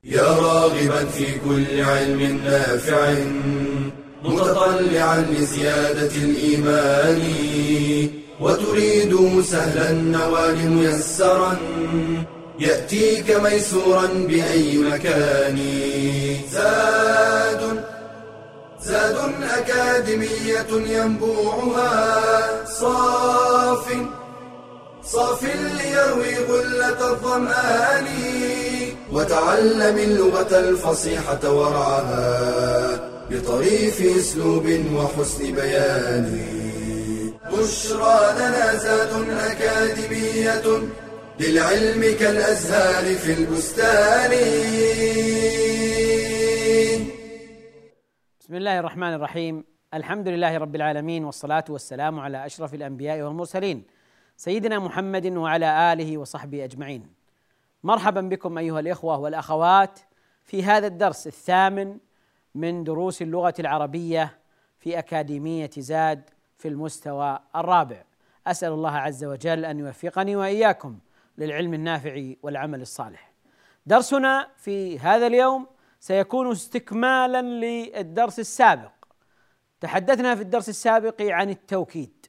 يا راغبا في كل علم نافع متطلعا لزيادة الإيمان وتريد سهلا النوال ميسرا يأتيك ميسورا بأي مكان. زاد أكاديمية ينبوعها صاف ليروي غلة الظمآن وتعلم اللغة الفصيحة ورعاها بطريف اسلوب وحسن بيان. بشرى لنا زاد أكاديمية للعلم كالأزهار في البستان. بسم الله الرحمن الرحيم. الحمد لله رب العالمين، والصلاة والسلام على أشرف الأنبياء والمرسلين سيدنا محمد وعلى آله وصحبه أجمعين. مرحبا بكم أيها الإخوة والأخوات في هذا الدرس الثامن من دروس اللغة العربية في أكاديمية زاد في المستوى الرابع. أسأل الله عز وجل أن يوفقني وإياكم للعلم النافع والعمل الصالح. درسنا في هذا اليوم سيكون استكمالا للدرس السابق. تحدثنا في الدرس السابق عن التوكيد،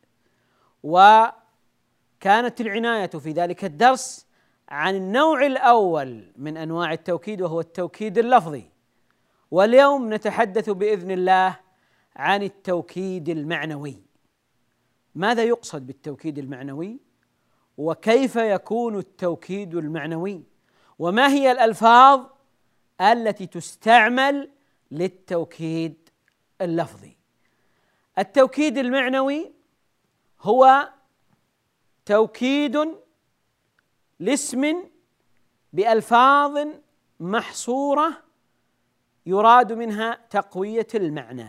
وكانت العناية في ذلك الدرس عن النوع الأول من أنواع التوكيد وهو التوكيد اللفظي، واليوم نتحدث بإذن الله عن التوكيد المعنوي. ماذا يقصد بالتوكيد المعنوي؟ وكيف يكون التوكيد المعنوي؟ وما هي الألفاظ التي تستعمل للتوكيد اللفظي؟ التوكيد المعنوي هو توكيد لاسم بألفاظ محصورة يراد منها تقوية المعنى.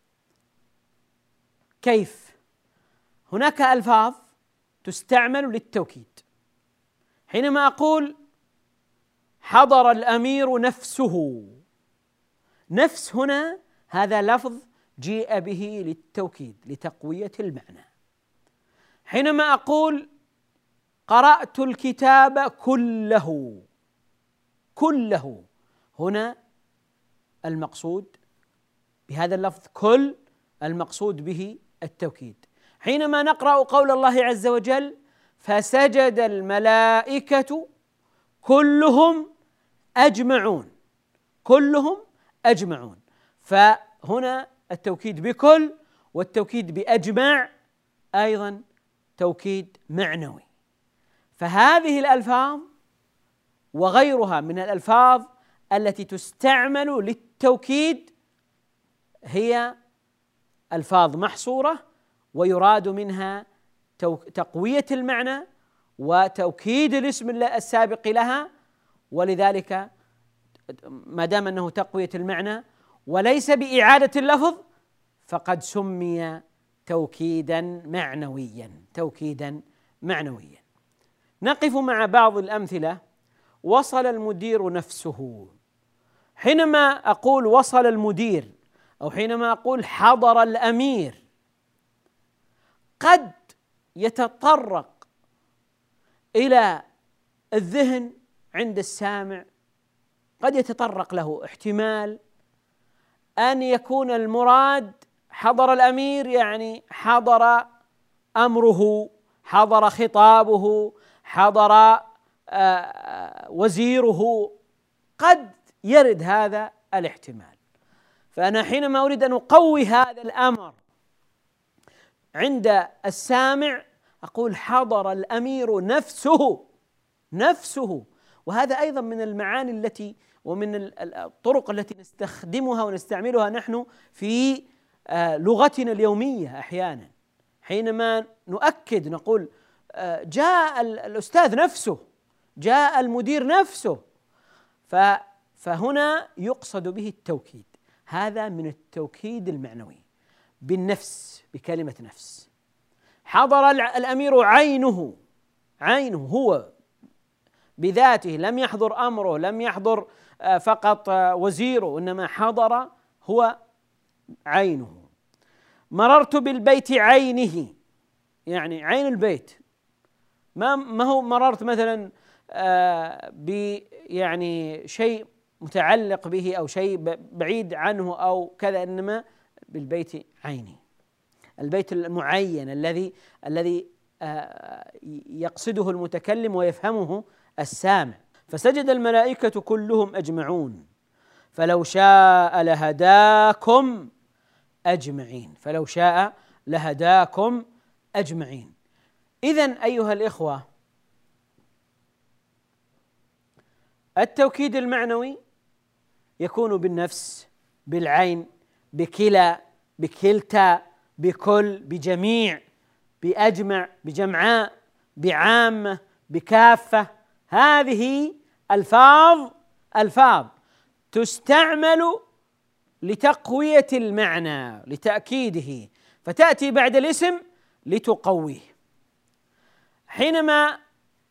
كيف؟ هناك ألفاظ تستعمل للتوكيد. حينما أقول حضر الأمير نفسه، نفس هنا هذا لفظ جيء به للتوكيد لتقوية المعنى. حينما أقول قرأت الكتاب كله، كله هنا المقصود بهذا اللفظ كل، المقصود به التوكيد. حينما نقرأ قول الله عز وجل فسجد الملائكة كلهم أجمعون، كلهم أجمعون، فهنا التوكيد بكل والتوكيد بأجمع أيضا توكيد معنوي. فهذه الألفاظ وغيرها من الألفاظ التي تستعمل للتوكيد هي ألفاظ محصورة ويراد منها تقوية المعنى وتوكيد الاسم السابق لها، ولذلك ما دام أنه تقوية المعنى وليس بإعادة اللفظ فقد سمي توكيدا معنويا، توكيدا معنويا. نقف مع بعض الأمثلة. وصل المدير نفسه. حينما أقول وصل المدير أو حينما أقول حضر الأمير قد يتطرق إلى الذهن عند السامع، قد يتطرق له احتمال أن يكون المراد حضر الأمير يعني حضر أمره، حضر خطابه، حضر وزيره، قد يرد هذا الاحتمال. فأنا حينما أريد أن أقوي هذا الأمر عند السامع أقول حضر الأمير نفسه، نفسه. وهذا أيضا من المعاني التي ومن الطرق التي نستخدمها ونستعملها نحن في لغتنا اليومية. أحيانا حينما نؤكد نقول جاء الأستاذ نفسه، جاء المدير نفسه، فهنا يقصد به التوكيد. هذا من التوكيد المعنوي بالنفس، بكلمة نفس. حضر الأمير عينه، عينه هو بذاته، لم يحضر أمره، لم يحضر فقط وزيره، إنما حضر هو عينه. مررت بالبيت عينه، يعني عين البيت، ما هو مررت مثلا يعني شيء متعلق به أو شيء بعيد عنه أو كذا، إنما بالبيت عيني، البيت المعين الذي يقصده المتكلم ويفهمه السامع. فسجد الملائكة كلهم أجمعون فلو شاء لهداكم أجمعين، فلو شاء لهداكم أجمعين. إذن أيها الإخوة، التوكيد المعنوي يكون بالنفس، بالعين، بكلا، بكلتا، بكل، بجميع، بأجمع، بجمعاء، بعامة، بكافة. هذه ألفاظ تستعمل لتقوية المعنى، لتأكيده، فتأتي بعد الاسم لتقويه. حينما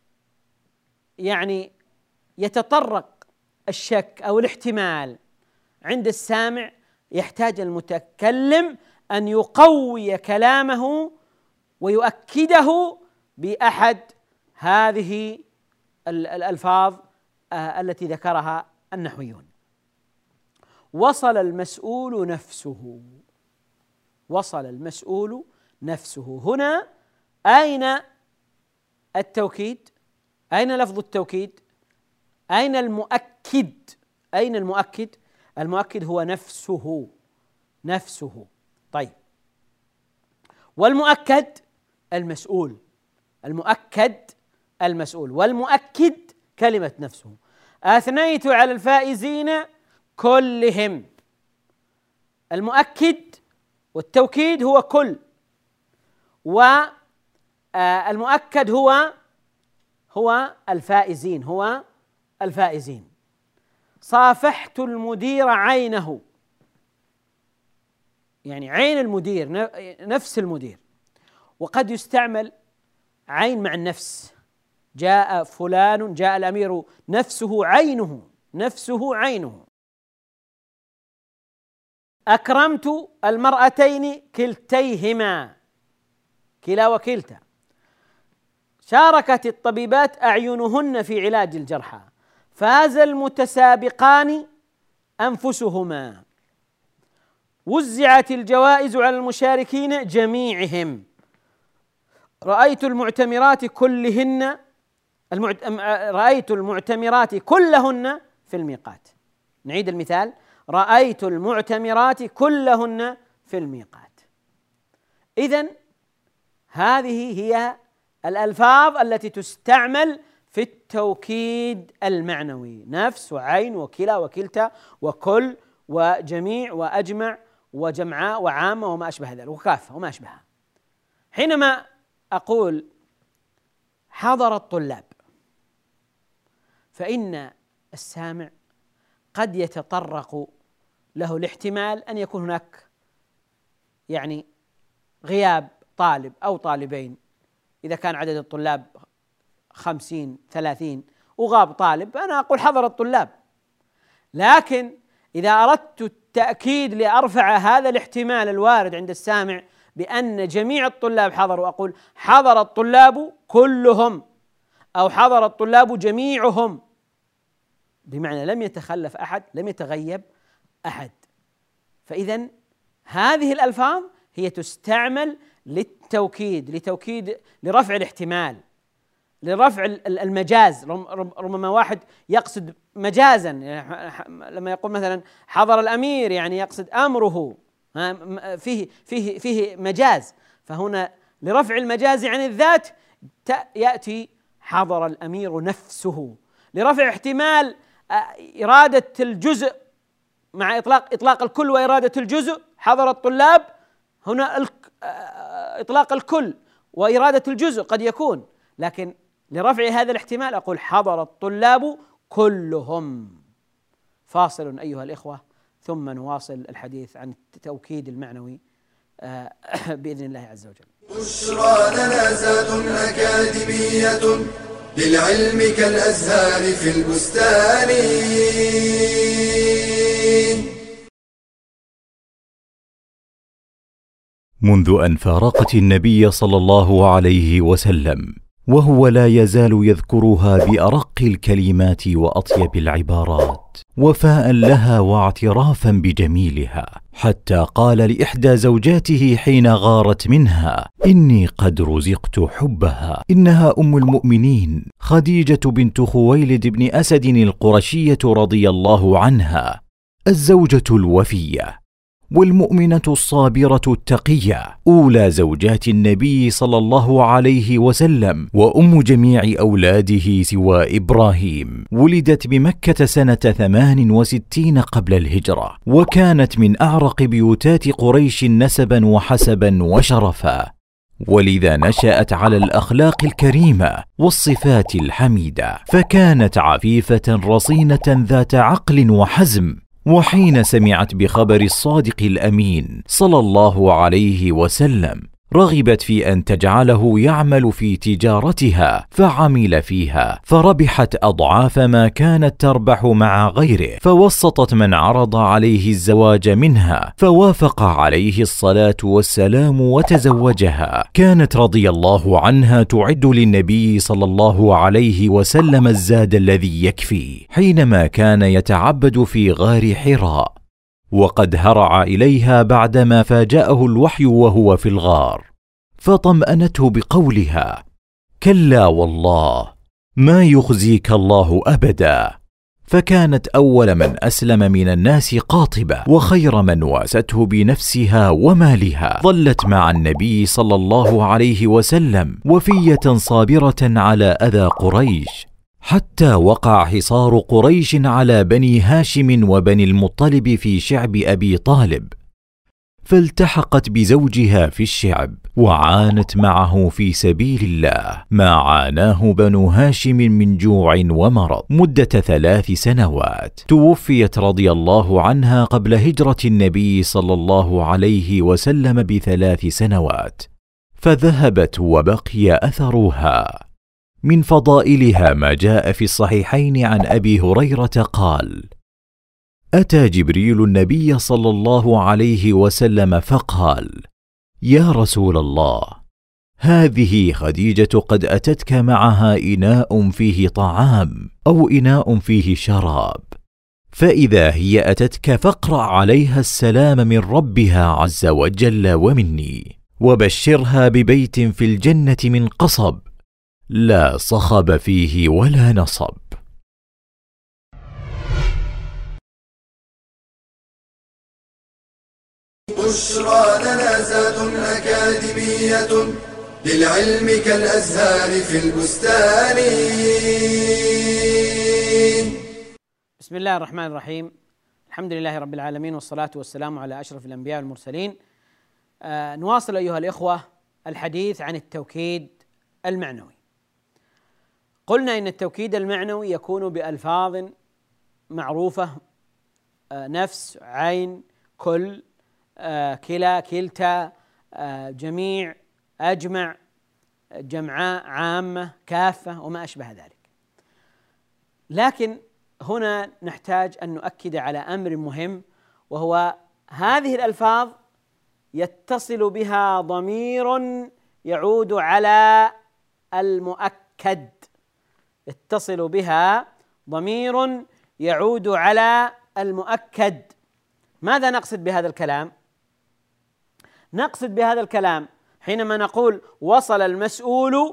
يعني يتطرق الشك أو الاحتمال عند السامع، يحتاج المتكلم أن يقوي كلامه ويؤكده بأحد هذه الألفاظ التي ذكرها النحويون. وصل المسؤول نفسه، وصل المسؤول نفسه. هنا أين التوكيد؟ أين لفظ التوكيد؟ أين المؤكد؟ أين المؤكد؟ المؤكد هو نفسه. طيب، والمؤكد المسؤول، المؤكد المسؤول، والمؤكد كلمة نفسه. أثنيت على الفائزين كلهم. المؤكد والتوكيد هو كل، والمؤكد هو الفائزين، هو الفائزين. صافحت المدير عينه، يعني عين المدير، نفس المدير. وقد يستعمل عين مع النفس، جاء فلان، جاء الأمير نفسه عينه، نفسه عينه. أكرمت المرأتين كلتيهما، كلا وكلتا. شاركت الطبيبات أعينهن في علاج الجرحى، فاز المتسابقان أنفسهما، وزعت الجوائز على المشاركين جميعهم. رأيت المعتمرات كلهن، رأيت المعتمرات كلهن في الميقات. نعيد المثال: رأيت المعتمرات كلهن في الميقات. إذن هذه هي الألفاظ التي تستعمل في التوكيد المعنوي: نفس، وعين، وكلا، وكلتا، وكل، وجميع، وأجمع، وجمعاء، وعامة، وما أشبه ذلك، وكافة، وما أشبهها. حينما أقول حضر الطلاب، فإن السامع قد يتطرق له الاحتمال أن يكون هناك يعني غياب طالب أو طالبين. إذا كان عدد الطلاب 50 30 وغاب طالب، أنا أقول حضر الطلاب. لكن إذا أردت التأكيد لأرفع هذا الاحتمال الوارد عند السامع بأن جميع الطلاب حضروا، أقول حضر الطلاب كلهم، أو حضر الطلاب جميعهم، بمعنى لم يتخلف أحد، لم يتغيب أحد. فإذن هذه الألفاظ هي تستعمل للتوكيد، لرفع الاحتمال، لرفع المجاز. ربما واحد يقصد مجازا، لما يقول مثلا حضر الأمير يعني يقصد أمره، فيه مجاز. فهنا لرفع المجاز عن الذات يأتي حضر الأمير نفسه. لرفع احتمال إرادة الجزء مع إطلاق الكل وإرادة الجزء، حضر الطلاب، هنا إطلاق الكل وإرادة الجزء قد يكون. لكن لرفع هذا الاحتمال أقول حضر الطلاب كلهم. فاصل أيها الإخوة، ثم نواصل الحديث عن التوكيد المعنوي بإذن الله عز وجل. بشرى لنا زاد أكاديمية للعلم كالأزهار في البستان. منذ أن فارقت النبي صلى الله عليه وسلم وهو لا يزال يذكرها بأرق الكلمات وأطيب العبارات وفاء لها واعترافا بجميلها، حتى قال لإحدى زوجاته حين غارت منها: إني قد رزقت حبها، إنها أم المؤمنين خديجة بنت خويلد بن أسد القرشية رضي الله عنها، الزوجة الوفية والمؤمنة الصابرة التقية، أولى زوجات النبي صلى الله عليه وسلم، وأم جميع أولاده سوى إبراهيم. ولدت بمكة سنة 68 قبل الهجرة، وكانت من أعرق بيوتات قريش نسبا وحسبا وشرفا، ولذا نشأت على الأخلاق الكريمة والصفات الحميدة، فكانت عفيفة رصينة ذات عقل وحزم. وحين سمعت بخبر الصادق الأمين صلى الله عليه وسلم رغبت في أن تجعله يعمل في تجارتها، فعمل فيها فربحت أضعاف ما كانت تربح مع غيره، فوسطت من عرض عليه الزواج منها، فوافق عليه الصلاة والسلام وتزوجها. كانت رضي الله عنها تعد للنبي صلى الله عليه وسلم الزاد الذي يكفي حينما كان يتعبد في غار حراء، وقد هرع إليها بعدما فاجأه الوحي وهو في الغار، فطمأنته بقولها: كلا والله ما يخزيك الله أبدا. فكانت أول من أسلم من الناس قاطبة، وخير من واسته بنفسها ومالها. ظلت مع النبي صلى الله عليه وسلم وفية صابرة على أذى قريش، حتى وقع حصار قريش على بني هاشم وبني المطلب في شعب أبي طالب، فالتحقت بزوجها في الشعب وعانت معه في سبيل الله ما عاناه بنو هاشم من جوع ومرض مدة 3 سنوات. توفيت رضي الله عنها قبل هجرة النبي صلى الله عليه وسلم ب3 سنوات، فذهبت وبقي أثرها. من فضائلها ما جاء في الصحيحين عن أبي هريرة قال: أتى جبريل النبي صلى الله عليه وسلم فقال: يا رسول الله، هذه خديجة قد أتتك معها إناء فيه طعام أو إناء فيه شراب، فإذا هي أتتك فاقرأ عليها السلام من ربها عز وجل ومني، وبشرها ببيت في الجنة من قصب لا صخب فيه ولا نصب. بشرى لنا زاد أكاديمية للعلم كالأزهار في البستان. بسم الله الرحمن الرحيم، الحمد لله رب العالمين، والصلاة والسلام على أشرف الأنبياء والمرسلين. نواصل أيها الإخوة الحديث عن التوكيد المعنوي. قلنا إن التوكيد المعنوي يكون بألفاظ معروفة: نفس، عين، كل، كلا، كلتا، جميع، أجمع، جمعاء، عامة، كافة، وما أشبه ذلك. لكن هنا نحتاج أن نؤكد على أمر مهم، وهو هذه الألفاظ يتصل بها ضمير يعود على المؤكد، يتصل بها ضمير يعود على المؤكد. ماذا نقصد بهذا الكلام؟ نقصد بهذا الكلام حينما نقول وصل المسؤول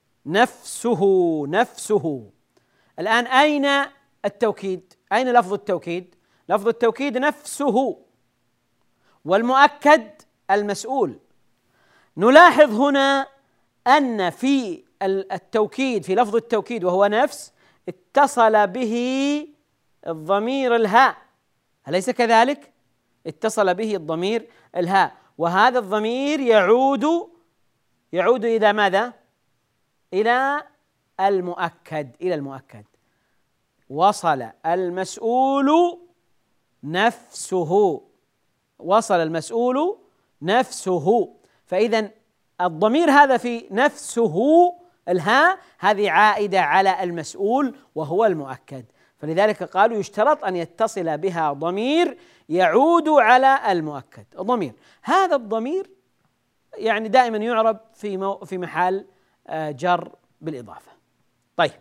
نفسه. الآن أين التوكيد؟ أين لفظ التوكيد؟ لفظ التوكيد نفسه، والمؤكد المسؤول. نلاحظ هنا أن في التوكيد، في لفظ التوكيد وهو نفس، اتصل به الضمير الهاء، أليس كذلك؟ اتصل به الضمير الهاء، وهذا الضمير يعود إلى ماذا؟ إلى المؤكد. وصل المسؤول نفسه، وصل المسؤول نفسه. فإذا الضمير هذا في نفسه الهاء هذه عائدة على المسؤول وهو المؤكد، فلذلك قالوا يشترط أن يتصل بها ضمير يعود على المؤكد. الضمير هذا الضمير يعني دائما يعرب في محل جر بالإضافة. طيب،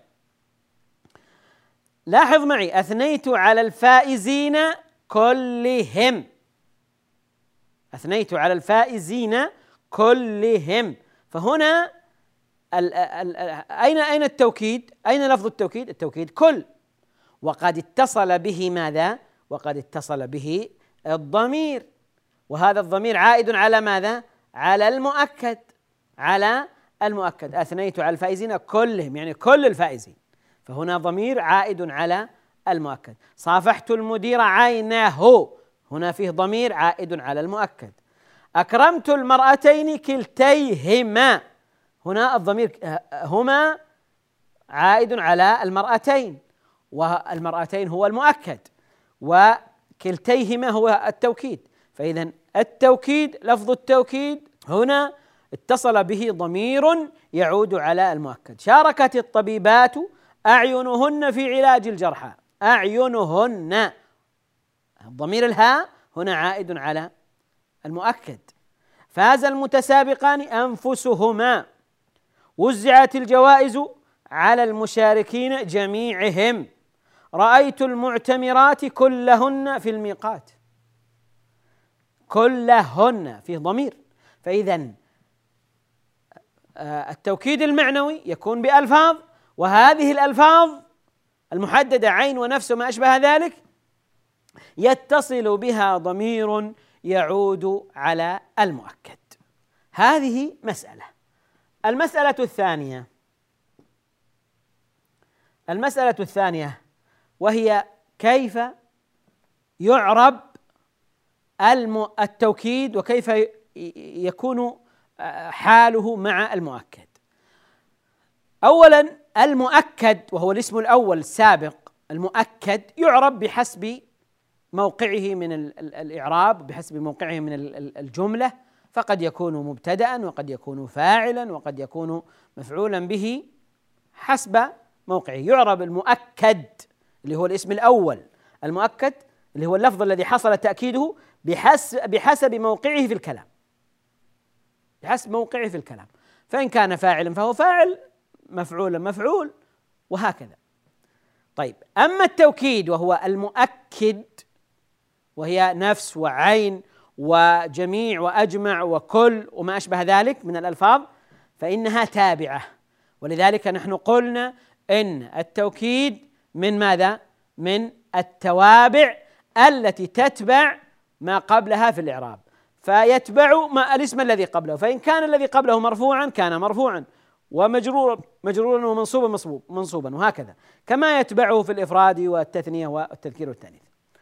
لاحظ معي: أثنيت على الفائزين كلهم. أثنيت على الفائزين كلهم. فهنا أين التوكيد؟ أين لفظ التوكيد؟ التوكيد كل، وقد اتصل به ماذا؟ وقد اتصل به الضمير، وهذا الضمير عائد على ماذا؟ على المؤكد، على المؤكد. أثنيت على الفائزين كلهم، يعني كل الفائزين، فهنا ضمير عائد على المؤكد. صافحت المدير عينه، هنا فيه ضمير عائد على المؤكد. أكرمت المرأتين كلتيهما، هنا الضمير هما عائد على المرأتين، والمرأتين هو المؤكد، وكلتيهما هو التوكيد. فإذا التوكيد، لفظ التوكيد هنا اتصل به ضمير يعود على المؤكد. شاركت الطبيبات أعينهن في علاج الجرحى، أعينهن، الضمير الهاء هنا عائد على المؤكد. فاز المتسابقان أنفسهما. وزعت الجوائز على المشاركين جميعهم. رأيت المعتمرات كلهن في الميقات، كلهن فيه ضمير. فإذا التوكيد المعنوي يكون بألفاظ، وهذه الألفاظ المحددة عين ونفس وما أشبه ذلك يتصل بها ضمير يعود على المؤكد. هذه مسألة. المسألة الثانية وهي كيف يعرب التوكيد وكيف يكون حاله مع المؤكد. أولا، المؤكد وهو الاسم الأول السابق، المؤكد يعرب بحسب موقعه من الإعراب، بحسب موقعه من الجملة، فقد يكون مبتدأ وقد يكون فاعلا وقد يكون مفعولا به حسب موقعه. يعرب المؤكد اللي هو الاسم الأول، المؤكد اللي هو اللفظ الذي حصل تأكيده بحسب موقعه في الكلام، بحسب موقعه في الكلام. فإن كان فاعلا فهو فاعل، مفعولا مفعول، وهكذا. طيب، أما التوكيد وهو المؤكد، وهي نفس وعين وجميع وأجمع وكل وما أشبه ذلك من الألفاظ، فإنها تابعة. ولذلك نحن قلنا إن التوكيد من ماذا؟ من التوابع التي تتبع ما قبلها في الإعراب، فيتبع ما الاسم الذي قبله. فإن كان الذي قبله مرفوعا كان مرفوعا، ومجرورا مجرورا، ومنصوبا منصوبا، وهكذا، كما يتبعه في الإفراد والتثنية والتذكير والتأنيث.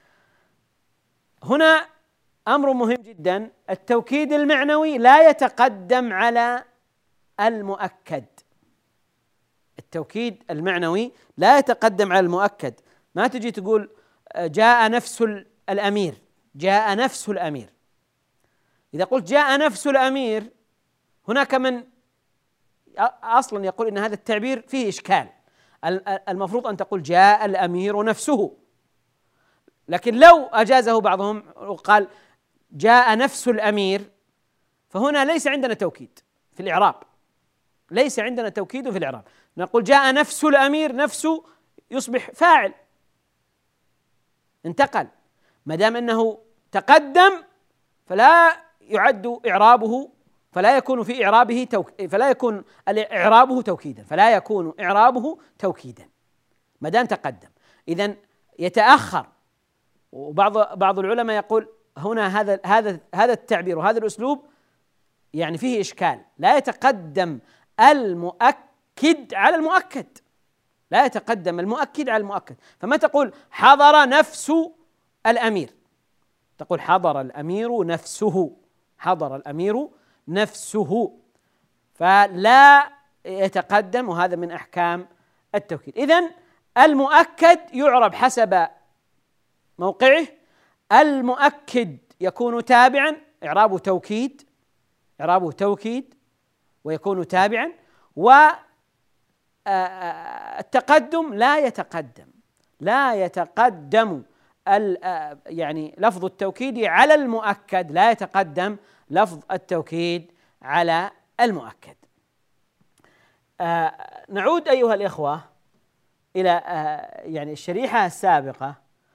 هنا أمر مهم جدا: التوكيد المعنوي لا يتقدم على المؤكد. التوكيد المعنوي لا يتقدم على المؤكد. ما تجي تقول جاء نفس الأمير، جاء نفس الأمير. إذا قلت جاء نفس الأمير، هناك من أصلا يقول إن هذا التعبير فيه إشكال، المفروض أن تقول جاء الأمير نفسه. لكن لو أجازه بعضهم وقال جاء نفس الأمير، فهنا ليس عندنا توكيد في الإعراب، ليس عندنا توكيد في الإعراب. نقول جاء نفس الأمير، نفسه يصبح فاعل، انتقل، ما دام أنه تقدم فلا يعد إعرابه، فلا يكون في إعرابه فلا يكون إعرابه توكيدا، فلا يكون إعرابه توكيدا ما دام تقدم. إذن يتأخر. وبعض العلماء يقول هنا هذا التعبير وهذا الأسلوب يعني فيه إشكال، لا يتقدم المؤكد على المؤكد، لا يتقدم المؤكد على المؤكد. فما تقول حضر نفس الأمير، تقول حضر الأمير نفسه، حضر الأمير نفسه، فلا يتقدم، وهذا من أحكام التوكيد. إذن المؤكد يعرب حسب موقعه. المؤكد يكون تابعا، إعرابه توكيد، إعرابه توكيد ويكون تابعا. والتقدم لا يتقدم يعني لفظ التوكيد على المؤكد، لا يتقدم لفظ التوكيد على المؤكد. نعود أيها الإخوة إلى يعني الشريحة السابقة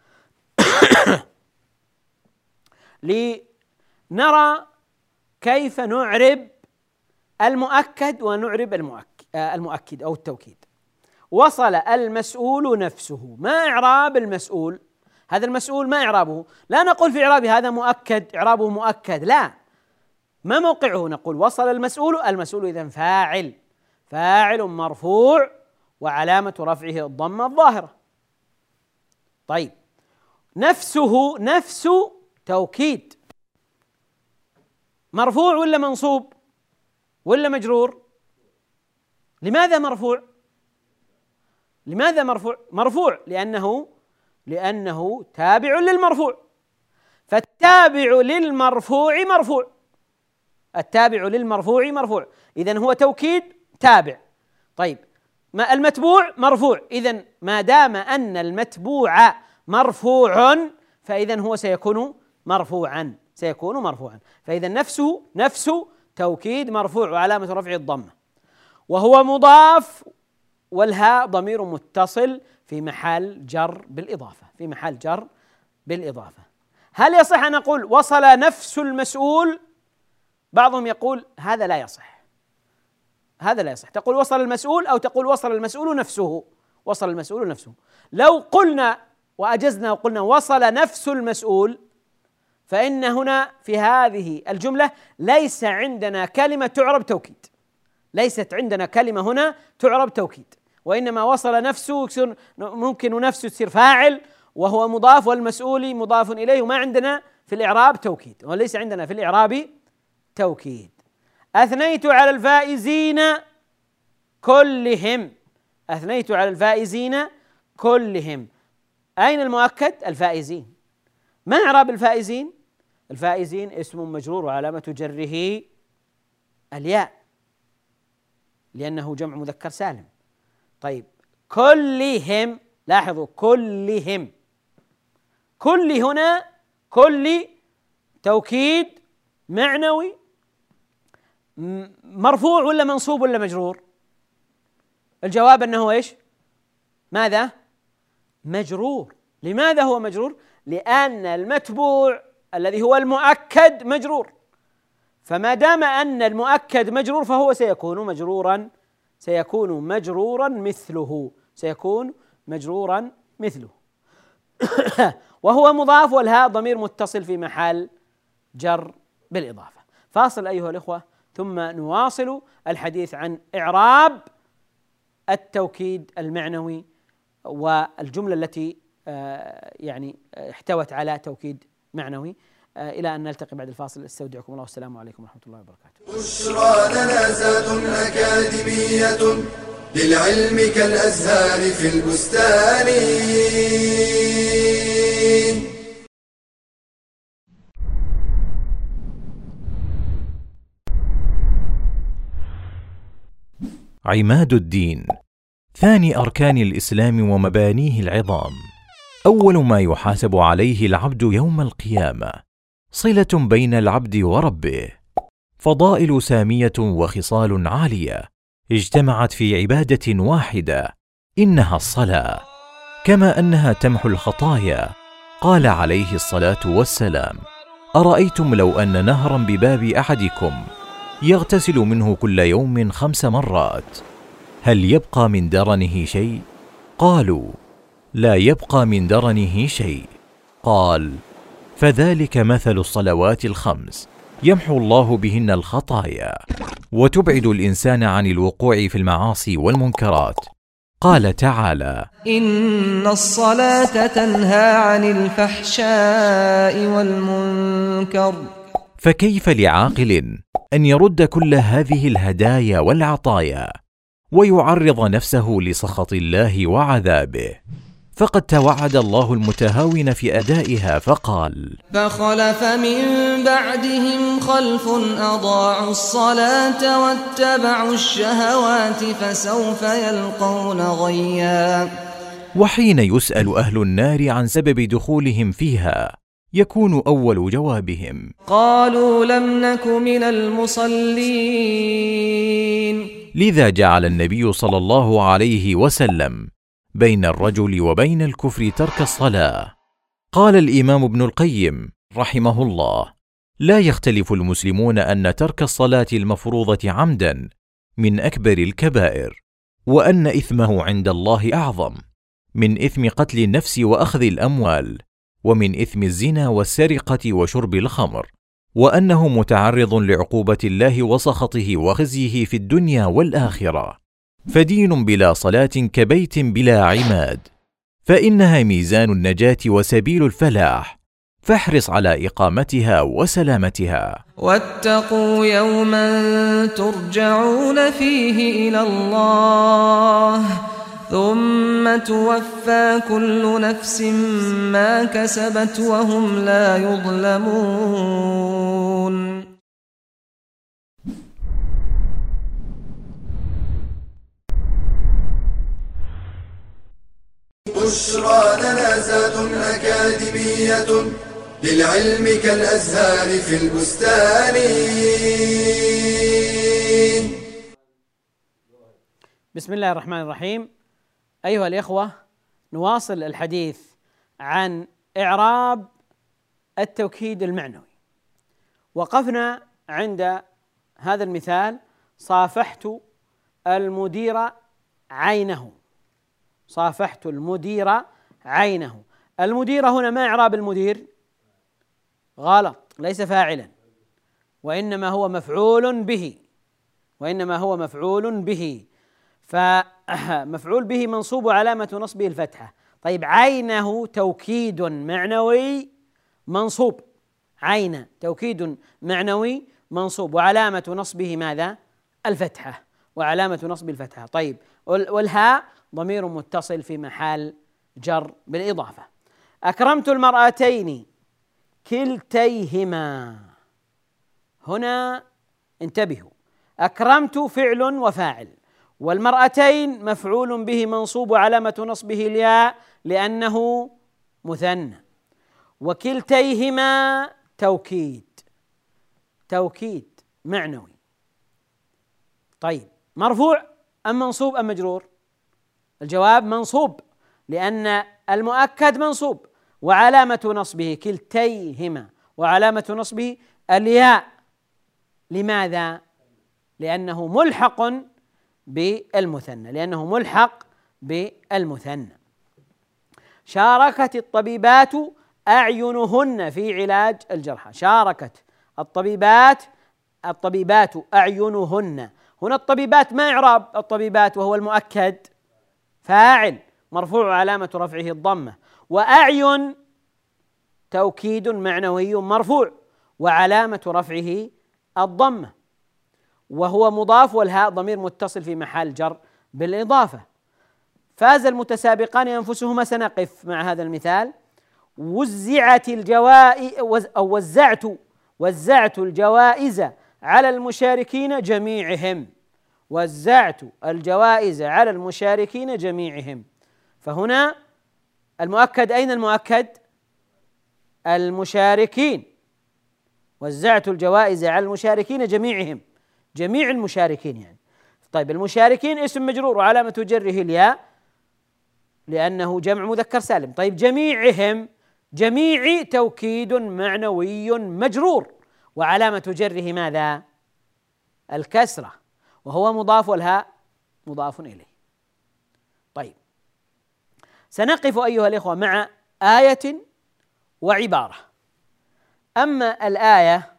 لنرى كيف نعرب المؤكد ونعرب المؤكد أو التوكيد. وصل المسؤول نفسه، ما إعراب المسؤول؟ هذا المسؤول ما إعرابه؟ لا نقول في إعرابه هذا مؤكد إعرابه مؤكد، لا، ما موقعه؟ نقول وصل المسؤول، المسؤول إذن فاعل مرفوع وعلامة رفعه الضمة الظاهرة. طيب نفسه، نفس توكيد، مرفوع ولا منصوب ولا مجرور؟ لماذا مرفوع؟ لماذا مرفوع؟ مرفوع لأنه تابع للمرفوع، فالتابع للمرفوع مرفوع، التابع للمرفوع مرفوع، إذن هو توكيد تابع. طيب ما المتبوع مرفوع، إذن ما دام أن المتبوع مرفوع فإذن هو سيكون مرفوعا، فإذا نفس توكيد مرفوع وعلامة رفعه الضمة، وهو مضاف والهاء ضمير متصل في محل جر بالإضافة، هل يصح أن نقول وصل نفس المسؤول؟ بعضهم يقول هذا لا يصح، تقول وصل المسؤول أو تقول وصل المسؤول نفسه. لو قلنا وأجزنا وقلنا وصل نفس المسؤول، فإن هنا في هذه الجملة ليس عندنا كلمة تعرب توكيد، ليست عندنا كلمة هنا تعرب توكيد، وإنما وصل نفسه ممكن نفسه تصير فاعل وهو مضاف والمسؤول مضاف إليه، وما عندنا في الإعراب توكيد، وليس عندنا في الإعراب توكيد. أثنيت على الفائزين كلهم، أثنيت على الفائزين كلهم، أين المؤكد؟ الفائزين. ما إعراب الفائزين؟ الفائزين اسم مجرور وعلامة جره الياء لأنه جمع مذكر سالم. طيب كلهم، لاحظوا كلهم، كل هنا كل توكيد معنوي مرفوع ولا منصوب ولا مجرور؟ الجواب أنه إيش؟ ماذا؟ مجرور. لماذا هو مجرور؟ لأن المتبوع الذي هو المؤكد مجرور، فما دام أن المؤكد مجرور فهو سيكون مجرورا مثله وهو مضاف والهاء ضمير متصل في محل جر بالإضافة. فاصل أيها الإخوة ثم نواصل الحديث عن إعراب التوكيد المعنوي والجملة التي يعني احتوت على توكيد معنوي، إلى أن نلتقي بعد الفاصل. استودعكم الله والسلام عليكم ورحمة الله وبركاته. بشرى لنا زاد أكاديمية للعلم كالأزهار في البستان. عماد الدين، ثاني أركان الإسلام ومبانيه العظام، أول ما يحاسب عليه العبد يوم القيامة، صلة بين العبد وربه، فضائل سامية وخصال عالية اجتمعت في عبادة واحدة، إنها الصلاة، كما أنها تمحو الخطايا. قال عليه الصلاة والسلام: أرأيتم لو أن نهرا بباب أحدكم يغتسل منه كل يوم 5 مرات هل يبقى من درنه شيء؟ قالوا: لا يبقى من درنه شيء. قال: فذلك مثل الصلوات 5 يمحو الله بهن الخطايا وتبعد الإنسان عن الوقوع في المعاصي والمنكرات. قال تعالى: إن الصلاة تنهى عن الفحشاء والمنكر. فكيف لعاقل أن يرد كل هذه الهدايا والعطايا ويعرض نفسه لسخط الله وعذابه؟ فقد توعد الله المتهاون في أدائها فقال: فخلف من بعدهم خلف أضاعوا الصلاة واتبعوا الشهوات فسوف يلقون غيا. وحين يسأل أهل النار عن سبب دخولهم فيها يكون أول جوابهم. قالوا لم نك من المصلين. لذا جعل النبي صلى الله عليه وسلم بين الرجل وبين الكفر ترك الصلاة. قال الإمام ابن القيم رحمه الله: لا يختلف المسلمون أن ترك الصلاة المفروضة عمدا من أكبر الكبائر، وأن إثمه عند الله أعظم من إثم قتل النفس وأخذ الأموال، ومن إثم الزنا والسرقة وشرب الخمر، وأنه متعرض لعقوبة الله وسخطه وخزيه في الدنيا والآخرة. فدين بلا صلاة كبيت بلا عماد، فإنها ميزان النجاة وسبيل الفلاح، فاحرص على إقامتها وسلامتها. واتقوا يوما ترجعون فيه إلى الله ثم توفى كل نفس ما كسبت وهم لا يظلمون. بشرى لنا زاد أكاديمية للعلم كالأزهار في البستان. بسم الله الرحمن الرحيم. أيها الإخوة، نواصل الحديث عن إعراب التوكيد المعنوي. وقفنا عند هذا المثال: صافحت المدير عينه. صافحت المدير عينه. المدير هنا ما إعراب المدير؟ غلط، ليس فاعلا، وإنما هو مفعول به. وإنما هو مفعول به، فمفعول به منصوب وعلامة نصبه الفتحة. طيب، عينه توكيد معنوي منصوب. عين توكيد معنوي منصوب، وعلامة نصبه ماذا؟ الفتحة. وعلامة نصب الفتحة. طيب، والهاء ضمير متصل في محل جر بالإضافة. أكرمت المرأتين كلتيهما. هنا انتبهوا، أكرمت فعل وفاعل، والمرأتين مفعول به منصوب وعلامة نصبه الياء لأنه مثنى، وكلتيهما توكيد معنوي. طيب، مرفوع أم منصوب أم مجرور؟ الجواب منصوب، لأن المؤكد منصوب، وعلامة نصبه كلتيهما، وعلامة نصبه الياء. لماذا؟ لأنه ملحق بالمثنى. شاركت الطبيبات أعينهن في علاج الجرحى. شاركت الطبيبات أعينهن. هنا الطبيبات ما إعراب الطبيبات وهو المؤكد؟ فاعل مرفوع علامة رفعه الضمة، وأعين توكيد معنوي مرفوع وعلامة رفعه الضمة، وهو مضاف، والهاء ضمير متصل في محل جر بالإضافة. فاز المتسابقان أنفسهما. سنقف مع هذا المثال. وزعت الجوائز أو وزعت الجوائز على المشاركين جميعهم. وزعت الجوائز على المشاركين جميعهم. فهنا المؤكد، أين المؤكد؟ المشاركين. وزعت الجوائز على المشاركين جميعهم، جميع المشاركين يعني. طيب، المشاركين اسم مجرور وعلامة جره الياء لأنه جمع مذكر سالم. طيب، جميعهم، جميع توكيد معنوي مجرور وعلامة جره ماذا؟ الكسرة، وهو مضاف، والهاء مضاف إليه. طيب، سنقف أيها الإخوة مع آية وعبارة. أما الآية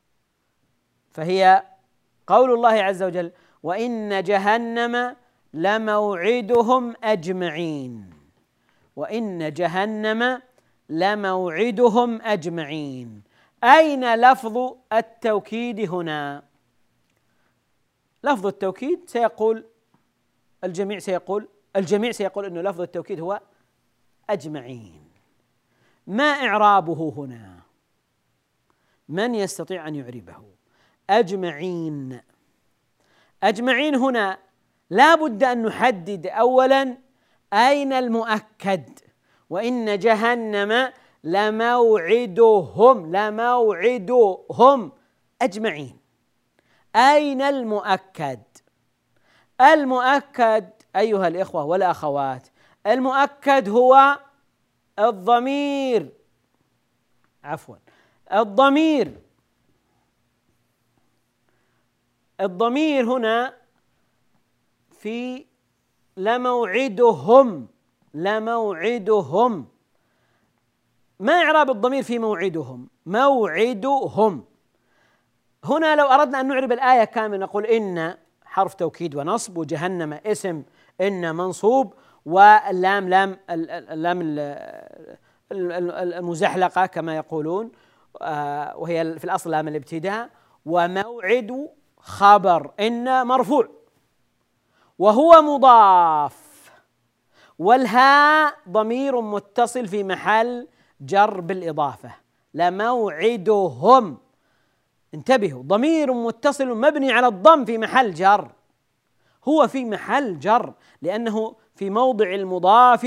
فهي قول الله عز وجل: وإن جهنم لموعدهم أجمعين. وإن جهنم لموعدهم أجمعين. أين لفظ التوكيد هنا؟ لفظ التوكيد سيقول الجميع سيقول أن لفظ التوكيد هو أجمعين. ما إعرابه هنا؟ من يستطيع أن يعربه؟ أجمعين هنا لا بد أن نحدد أولا أين المؤكد. وإن جهنم لموعدهم أجمعين. أين المؤكد؟ المؤكد أيها الإخوة والأخوات، المؤكد هو الضمير، الضمير هنا في لموعدهم. ما إعراب الضمير في موعدهم؟ موعدهم هنا لو أردنا أن نعرب الآية كاملة نقول إن حرف توكيد ونصب، وجهنم اسم إن منصوب، واللام المزحلقة كما يقولون، وهي في الأصل لام الابتداء، وموعد خبر إن مرفوع وهو مضاف، والهاء ضمير متصل في محل جر بالإضافة. لموعدهم، انتبهوا، ضمير متصل مبني على الضم في محل جر، هو في محل جر لأنه في موضع المضاف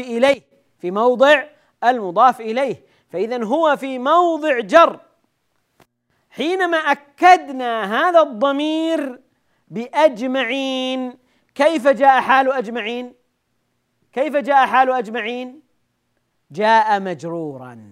إليه، فإذا هو في موضع جر. حينما أكدنا هذا الضمير بأجمعين، كيف جاء حال أجمعين؟ جاء مجرورا،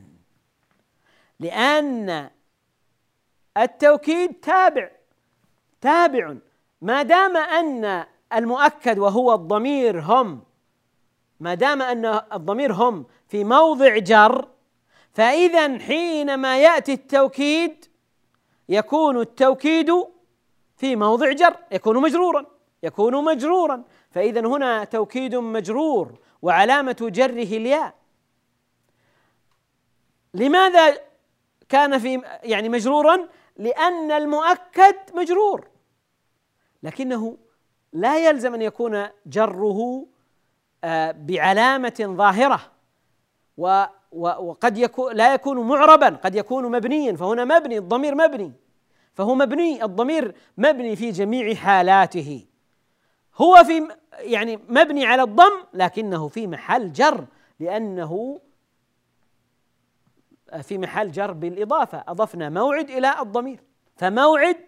لأن التوكيد تابع ما دام أن المؤكد وهو الضمير هم، ما دام أن الضمير هم في موضع جر، فإذا حينما يأتي التوكيد يكون التوكيد في موضع جر، يكون مجرورا، فإذا هنا توكيد مجرور وعلامة جره الياء. لماذا كان مجرورا؟ لأن المؤكد مجرور، لكنه لا يلزم أن يكون جره بعلامة ظاهرة، وقد لا يكون معربا، قد يكون مبنيا، فهنا مبني، الضمير مبني، الضمير مبني في جميع حالاته، هو في مبني على الضم لكنه في محل جر، لأنه في محل جر بالإضافة، أضفنا موعد إلى الضمير، فموعد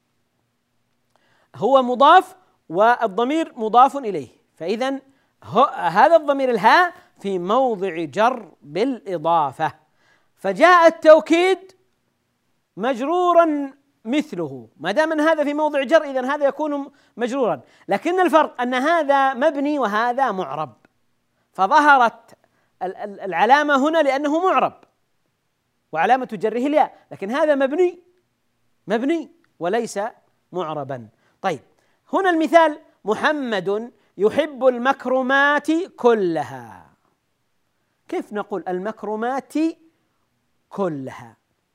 هو مضاف والضمير مضاف إليه، فإذا هذا الضمير الهاء في موضع جر بالإضافة، فجاء التوكيد مجرورا مثله، ما دام أن هذا في موضع جر إذن هذا يكون مجرورا، لكن الفرق أن هذا مبني وهذا معرب، فظهرت العلامة هنا لأنه معرب وعلامة جره الياء، لكن هذا مبني وليس معربا. طيب، هنا المثال: محمد يحب المكرمات كلها. كيف نقول المكرمات كلها؟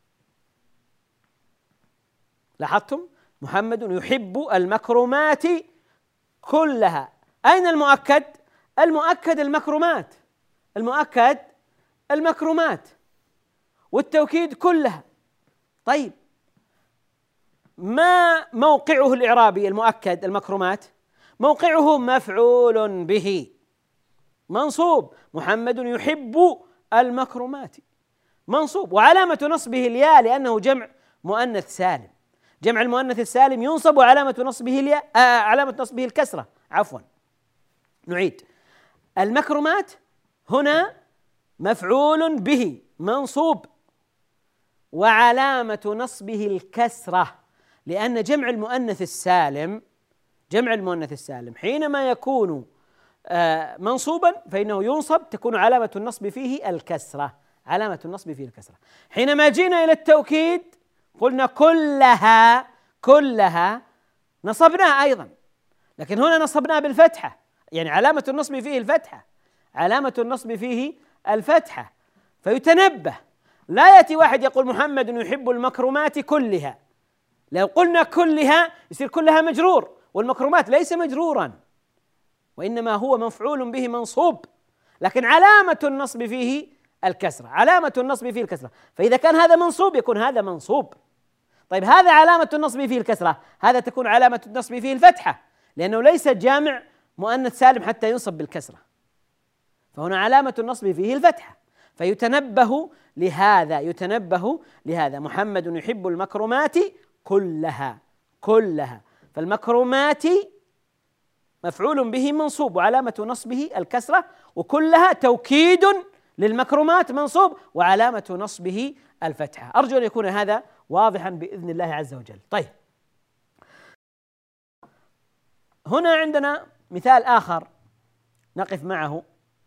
لاحظتم؟ محمد يحب المكرمات كلها. أين المؤكد؟ المؤكد المكرمات والتوكيد كلها. طيب، ما موقعه الإعرابي المؤكد المكرمات؟ موقعه مفعول به منصوب، محمد يحب المكرمات منصوب، وعلامة نصبه الياء لأنه جمع مؤنث سالم، جمع المؤنث السالم ينصب وعلامة نصبه الياء، علامة نصبه الكسرة، عفوا نعيد. المكرمات هنا مفعول به منصوب وعلامة نصبه الكسرة، لأن جمع المؤنث السالم حينما يكون منصوبا فإنه ينصب، تكون علامة النصب فيه الكسرة، حينما جينا إلى التوكيد قلنا كلها نصبناها أيضا، لكن هنا نصبناها بالفتحة، علامة النصب فيه الفتحة، فيتنبه، لا يأتي واحد يقول محمد يحب المكرمات كلها، لو قلنا كلها يصير كلها مجرور، والمكرمات ليس مجرورا وإنما هو مفعول به منصوب، لكن علامة النصب فيه الكسرة، فإذا كان هذا منصوب يكون هذا منصوب. طيب، هذا علامة النصب فيه الكسرة، هذا تكون علامة النصب فيه الفتحة، لأنه ليس جامع مؤنث سالم حتى ينصب بالكسرة، فهنا علامة النصب فيه الفتحة، فيتنبه لهذا، يتنبه لهذا. محمد يحب المكرمات كلها، كلها. فالمكرمات مفعول به منصوب وعلامة نصبه الكسرة، وكلها توكيد للمكرمات منصوب وعلامة نصبه الفتحة. أرجو أن يكون هذا واضحا بإذن الله عز وجل. طيب، هنا عندنا مثال آخر نقف معه.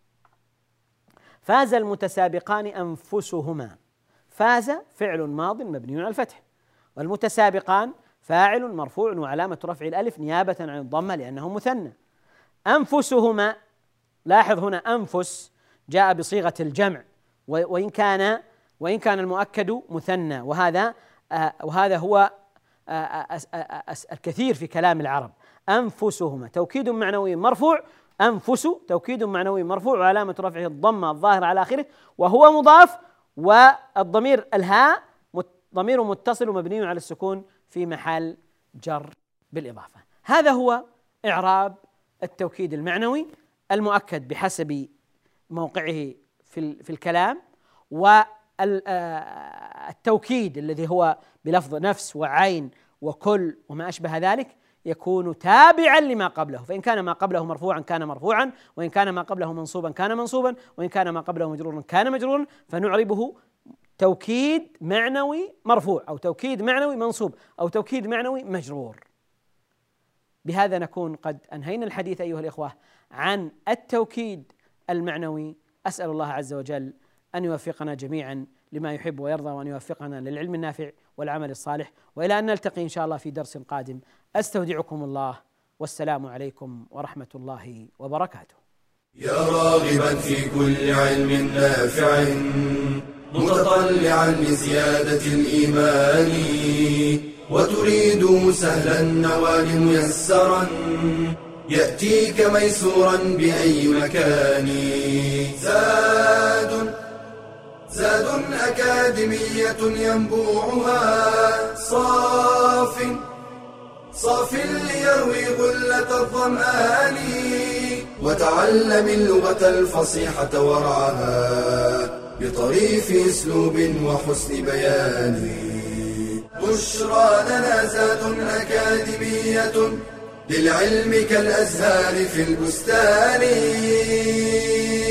فاز المتسابقان أنفسهما. فاز فعل ماض مبني على الفتح، والمتسابقان فاعل مرفوع وعلامة رفع الألف نيابة عن الضمة لأنه مثنى. أنفسهما، لاحظ هنا أنفس جاء بصيغة الجمع وإن كان المؤكد مثنى، وهذا هو الكثير في كلام العرب. أنفسهما توكيد معنوي مرفوع، أنفس توكيد معنوي مرفوع وعلامة رفعه الضمة الظاهرة على آخره، وهو مضاف، والضمير الهاء ضمير متصل مبني على السكون في محل جر بالإضافة. هذا هو إعراب التوكيد المعنوي المؤكد بحسب موقعه في الكلام، والتوكيد الذي هو بلفظ نفس وعين وكل وما أشبه ذلك يكون تابعا لما قبله، فإن كان ما قبله مرفوعا كان مرفوعا، وإن كان ما قبله منصوبا كان منصوبا، وإن كان ما قبله مجرورا كان مجرورا، فنعربه توكيد معنوي مرفوع أو توكيد معنوي منصوب أو توكيد معنوي مجرور. بهذا نكون قد أنهينا الحديث أيها الإخوة عن التوكيد المعنوي. أسأل الله عز وجل أن يوفقنا جميعا لما يحب ويرضى، وأن يوفقنا للعلم النافع والعمل الصالح، وإلى أن نلتقي إن شاء الله في درس قادم. أستودعكم الله، والسلام عليكم ورحمة الله وبركاته. يا راغبا في كل علم نافع متطلعا لزيادة الإيمان، وتريد سهلا النوال ميسرا يأتيك ميسورا بأي مكان. زاد أكاديمية ينبوعها صاف ليروي غلة الظمآن، وتعلم اللغة الفصيحة ورعاها بطريف اسلوب وحسن بيان. بشرى لنا زاد أكاديمية للعلم كالأزهار في البستان.